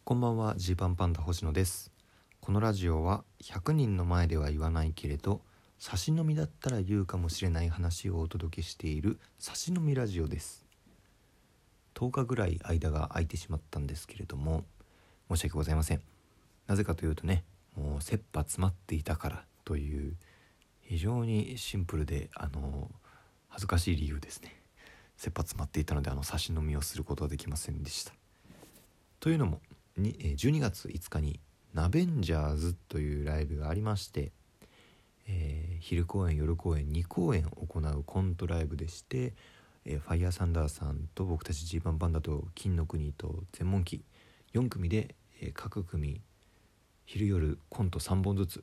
こんばんは、ジーパンパンダ星野です。このラジオは100人の前では言わないけれど差し飲みだったら言うかもしれない話をお届けしている差し飲みラジオです。10日ぐらい間が空いてしまったんですけれども、申し訳ございません。なぜかというとね、もう切羽詰まっていたからという非常にシンプルで恥ずかしい理由ですね。切羽詰まっていたので差し飲みをすることはできませんでした。というのも12月5日にナベンジャーズというライブがありまして、昼公演夜公演2公演行うコントライブでして、ファイヤーサンダーさんと僕たちジーパンパンダと金の国と全問記4組で、各組昼夜コント3本ずつ、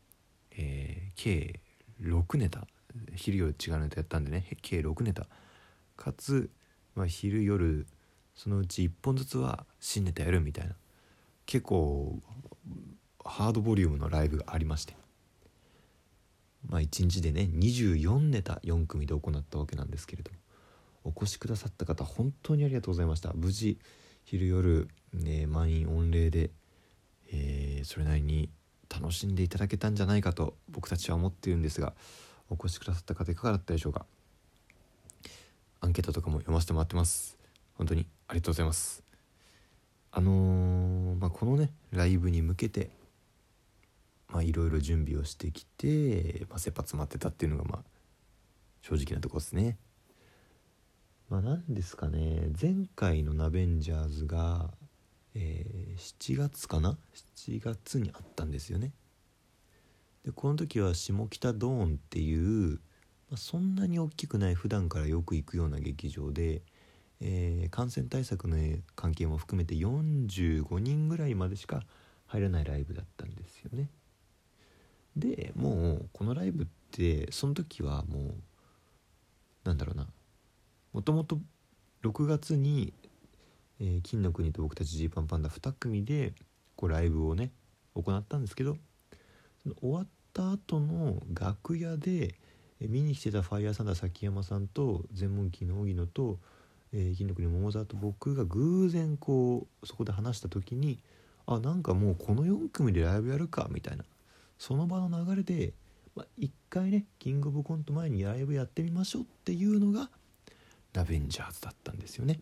計6ネタ、昼夜違うネタやったんでね、計6ネタかつ、昼夜そのうち1本ずつは新ネタやるみたいな、結構ハードボリュームのライブがありまして、1日でね24ネタ4組で行ったわけなんですけれども、お越しくださった方本当にありがとうございました。無事昼夜、満員御礼で、それなりに楽しんでいただけたんじゃないかと僕たちは思っているんですが、お越しくださった方いかがだったでしょうか。アンケートとかも読ませてもらってます。本当にありがとうございます。このねライブに向けていろいろ準備をしてきて、切羽詰まってたっていうのが正直なところですね。なんですかね、前回のナベンジャーズが、7月かな7月にあったんですよね。でこの時は下北ドーンっていう、そんなに大きくない普段からよく行くような劇場で、感染対策の関係も含めて45人ぐらいまでしか入らないライブだったんですよね。でもうこのライブってその時はもうもともと6月に、金の国と僕たちジーパンパンダ2組でライブをね行ったんですけど、その終わった後の楽屋で見に来てたファイヤーサンダー崎山さんと全問記の荻野と金の国桃沢と僕が偶然そこで話した時に、なんかもうこの4組でライブやるかみたいな、その場の流れで、一回ねキングオブコント前にライブやってみましょうっていうのがラベンジャーズだったんですよね。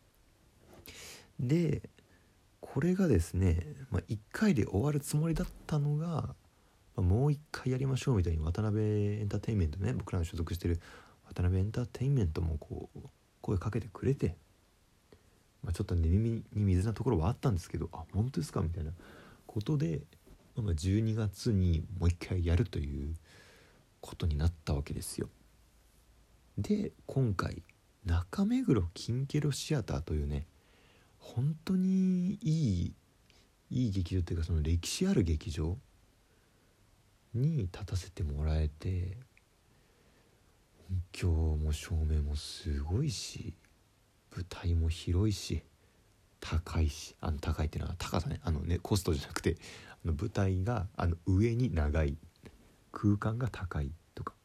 でこれがですね、1回で終わるつもりだったのが、もう1回やりましょうみたいに渡辺エンターテインメントね、僕らの所属してる渡辺エンターテインメントも声かけてくれて、ちょっと耳に水なところはあったんですけど、本当ですかみたいなことで、12月にもう一回やるということになったわけですよ。で今回中目黒キンケロシアターというね、本当にいい劇場っていうか、その歴史ある劇場に立たせてもらえて、音響も照明もすごいし、舞台も広いし高いし、高いっていうのは高さね、コストじゃなくて舞台が上に長い、空間が高いとか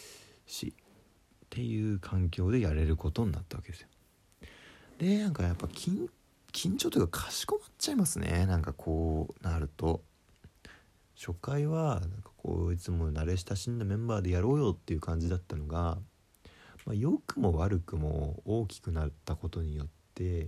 っていう環境でやれることになったわけですよ。でやっぱ緊張というかかしこまっちゃいますね。なると初回はいつも慣れ親しんだメンバーでやろうよっていう感じだったのが、良くも悪くも大きくなったことによって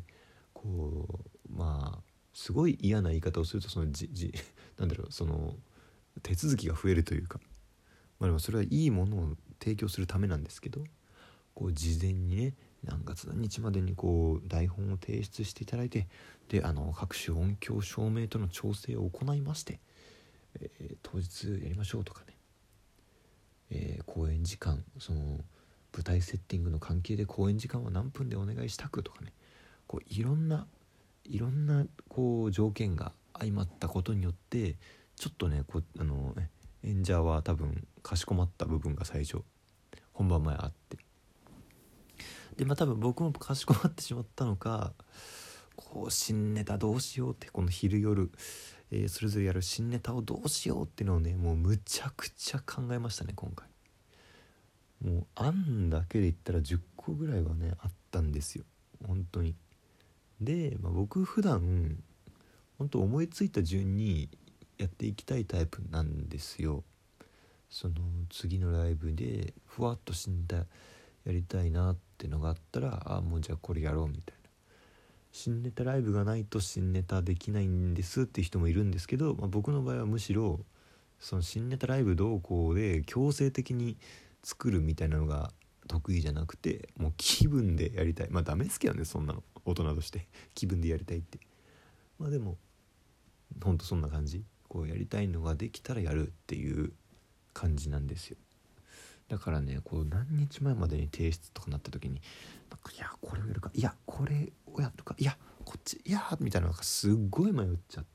すごい嫌な言い方をすると、そのその手続きが増えるというか、でもそれはいいものを提供するためなんですけど、事前にね何月何日までに台本を提出していただいて、で各種音響照明との調整を行いまして、当日やりましょうとかね、公演時間、その舞台セッティングの関係で公演時間は何分でお願いしたくとかね、いろんな条件が相まったことによって、ちょっとね演者は多分かしこまった部分が最初本番前あって、で多分僕もかしこまってしまったのか、新ネタどうしようって、この昼夜、それぞれやる新ネタをどうしようっていうのをね、もうむちゃくちゃ考えましたね今回。もう案だけで言ったら10個ぐらいはねあったんですよ本当に。で、僕普段本当思いついた順にやっていきたいタイプなんですよ。その次のライブでふわっと新ネタやりたいなってのがあったら、もうじゃあこれやろうみたいな。新ネタライブがないと新ネタできないんですっていう人もいるんですけど、僕の場合はむしろその新ネタライブどうこうで強制的に作るみたいなのが得意じゃなくて、もう気分でやりたい。ダメですけどね、そんなの大人として気分でやりたいって。でもほんとそんな感じ、こうやりたいのができたらやるっていう感じなんですよ。だからね、こう何日前までに提出とかなった時に、いやこれをやるか、いやこれをやるか、いやこっち、いやみたいなのがすっごい迷っちゃって、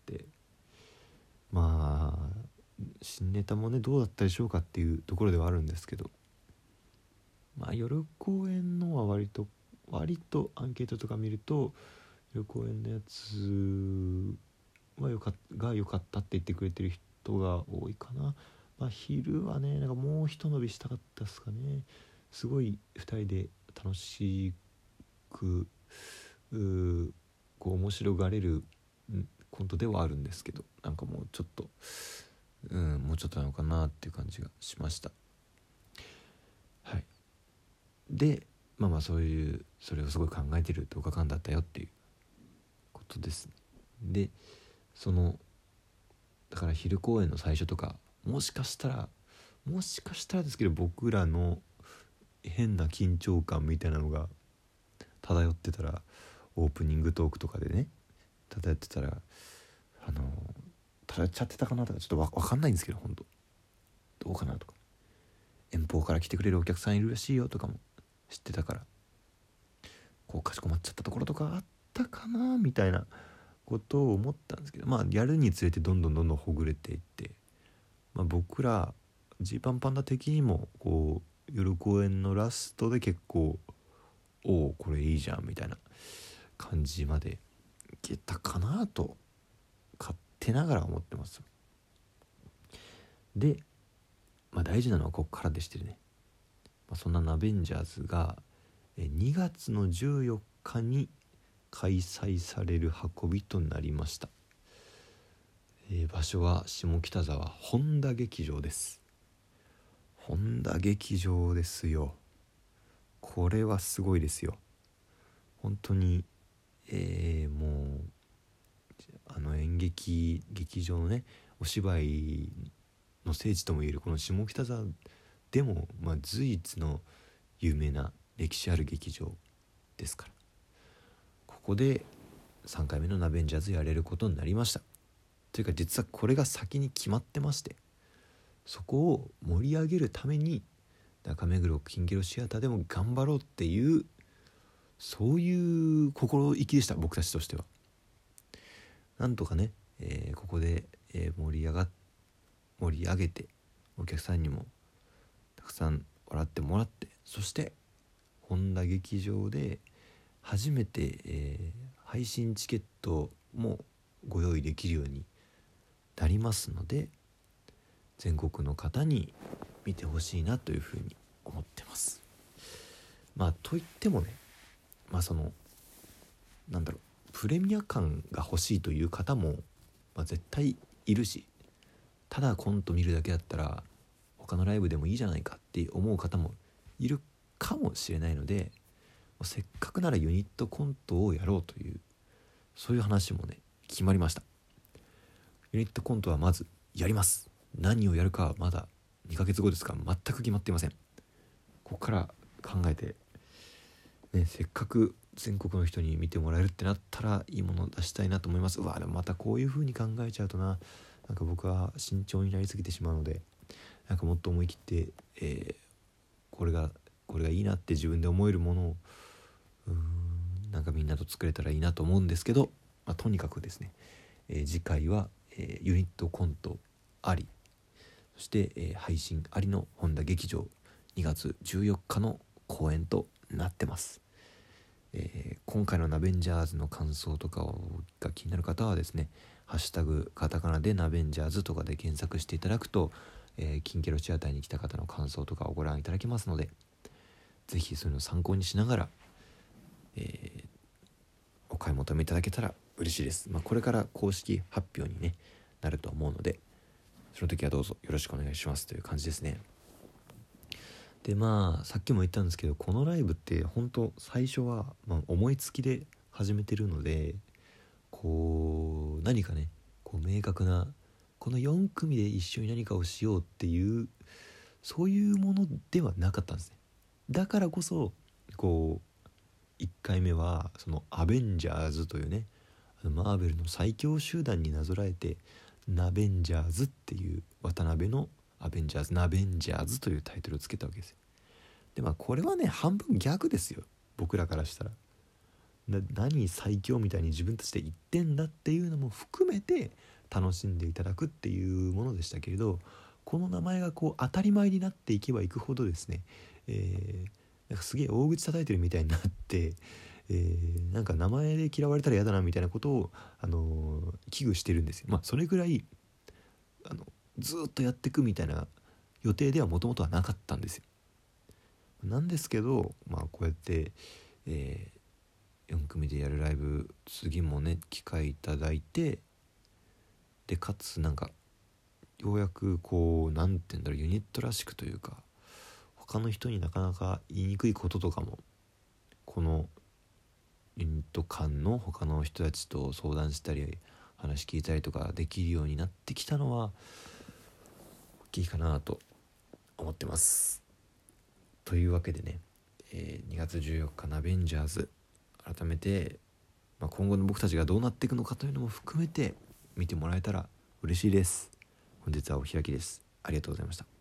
新ネタもねどうだったでしょうかっていうところではあるんですけど、夜公演のは割とアンケートとか見ると夜公演のやつは良かったって言ってくれてる人が多いかな。昼はねなんかもう一伸びしたかったですかね。すごい2人で楽しくこう面白がれるコントではあるんですけど、なんかもうちょっともうちょっとなのかなっていう感じがしました。はい。でそういうそれをすごい考えてる10日間だったよっていうことです。でだから昼公演の最初とかもしかしたらですけど、僕らの変な緊張感みたいなのが漂ってたら、オープニングトークとかでね漂ってたら漂っちゃってたかなとかちょっと分かんないんですけど、本当どうかなとか、遠方から来てくれるお客さんいるらしいよとかも知ってたから、こうかしこまっちゃったところとかあったかなみたいなことを思ったんですけど、やるにつれてどんどんほぐれていって、僕らジーパンパンダ的にもこう夜公演のラストで結構これいいじゃんみたいな感じまでいけたかなと勝手ながら思ってます。で、大事なのはここからでしてね、そんなナベンジャーズが2月の14日に開催される運びとなりました。場所は下北沢本田劇場です。本田劇場ですよ。これはすごいですよ本当に。もう演劇劇場のねお芝居の聖地ともいえるこの下北沢でも、随一の有名な歴史ある劇場ですから、ここで3回目のナベンジャーズやれることになりました。というか実はこれが先に決まってまして、そこを盛り上げるために中目黒キンゲロシアターでも頑張ろうっていう、そういう心意気でした、僕たちとしては。なんとかね、ここで、盛り上げてお客さんにもたくさん笑ってもらって、そして本田劇場で初めて、配信チケットもご用意できるようになりますので、全国の方に見てほしいなというふうに思ってます。といってもね、プレミア感が欲しいという方も、絶対いるし、ただコント見るだけだったら他のライブでもいいじゃないかって思う方もいるかもしれないので、せっかくならユニットコントをやろうという、そういう話もね決まりました。ユニットコントはまずやります。何をやるかはまだ2ヶ月後ですから全く決まっていません。ここから考えて、せっかく全国の人に見てもらえるってなったらいいものを出したいなと思います。でもまたこういう風に考えちゃうとなんか僕は慎重になりすぎてしまうので、もっと思い切って、これがいいなって自分で思えるものをみんなと作れたらいいなと思うんですけど、とにかくですね、次回は、ユニットコントあり、そして、配信ありの本田劇場2月14日の公演となってます。今回のナベンジャーズの感想とかが気になる方はですね、ハッシュタグカタカナでナベンジャーズとかで検索していただくと、キンケロシアターに来た方の感想とかをご覧いただけますので、ぜひそういうのを参考にしながら、お買い求めいただけたら嬉しいです。これから公式発表に、なると思うので、その時はどうぞよろしくお願いしますという感じですね。でさっきも言ったんですけど、このライブって本当最初は、思いつきで始めてるので、こう何かねこう明確なこの4組で一緒に何かをしようっていうそういうものではなかったんですね。だからこそこう1回目はそのアベンジャーズというね、マーベルの最強集団になぞらえてナベンジャーズっていう渡辺のアベンジャーズナベンジャーズというタイトルをつけたわけですよ。でこれはね半分ギャグですよ、僕らからしたら。何最強みたいに自分たちで言ってんだっていうのも含めて楽しんでいただくっていうものでしたけれど、この名前がこう当たり前になっていけばいくほどですね、なんかすげえ大口叩いてるみたいになって、なんか名前で嫌われたら嫌だなみたいなことを、危惧してるんですよ。それぐらいずっとやっていくみたいな予定ではもともとはなかったんですよ。なんですけどこうやって、4組でやるライブ次もね機会いただいて、でかつなんかようやくこうなんて言うんだろう、ユニットらしくというか他の人になかなか言いにくいこととかもこのユニット間の他の人たちと相談したり話聞いたりとかできるようになってきたのは大きいかなと思ってます。というわけでね、2月14日ナベンジャーズ改めて、今後の僕たちがどうなっていくのかというのも含めて見てもらえたら嬉しいです。本日はお開きです。ありがとうございました。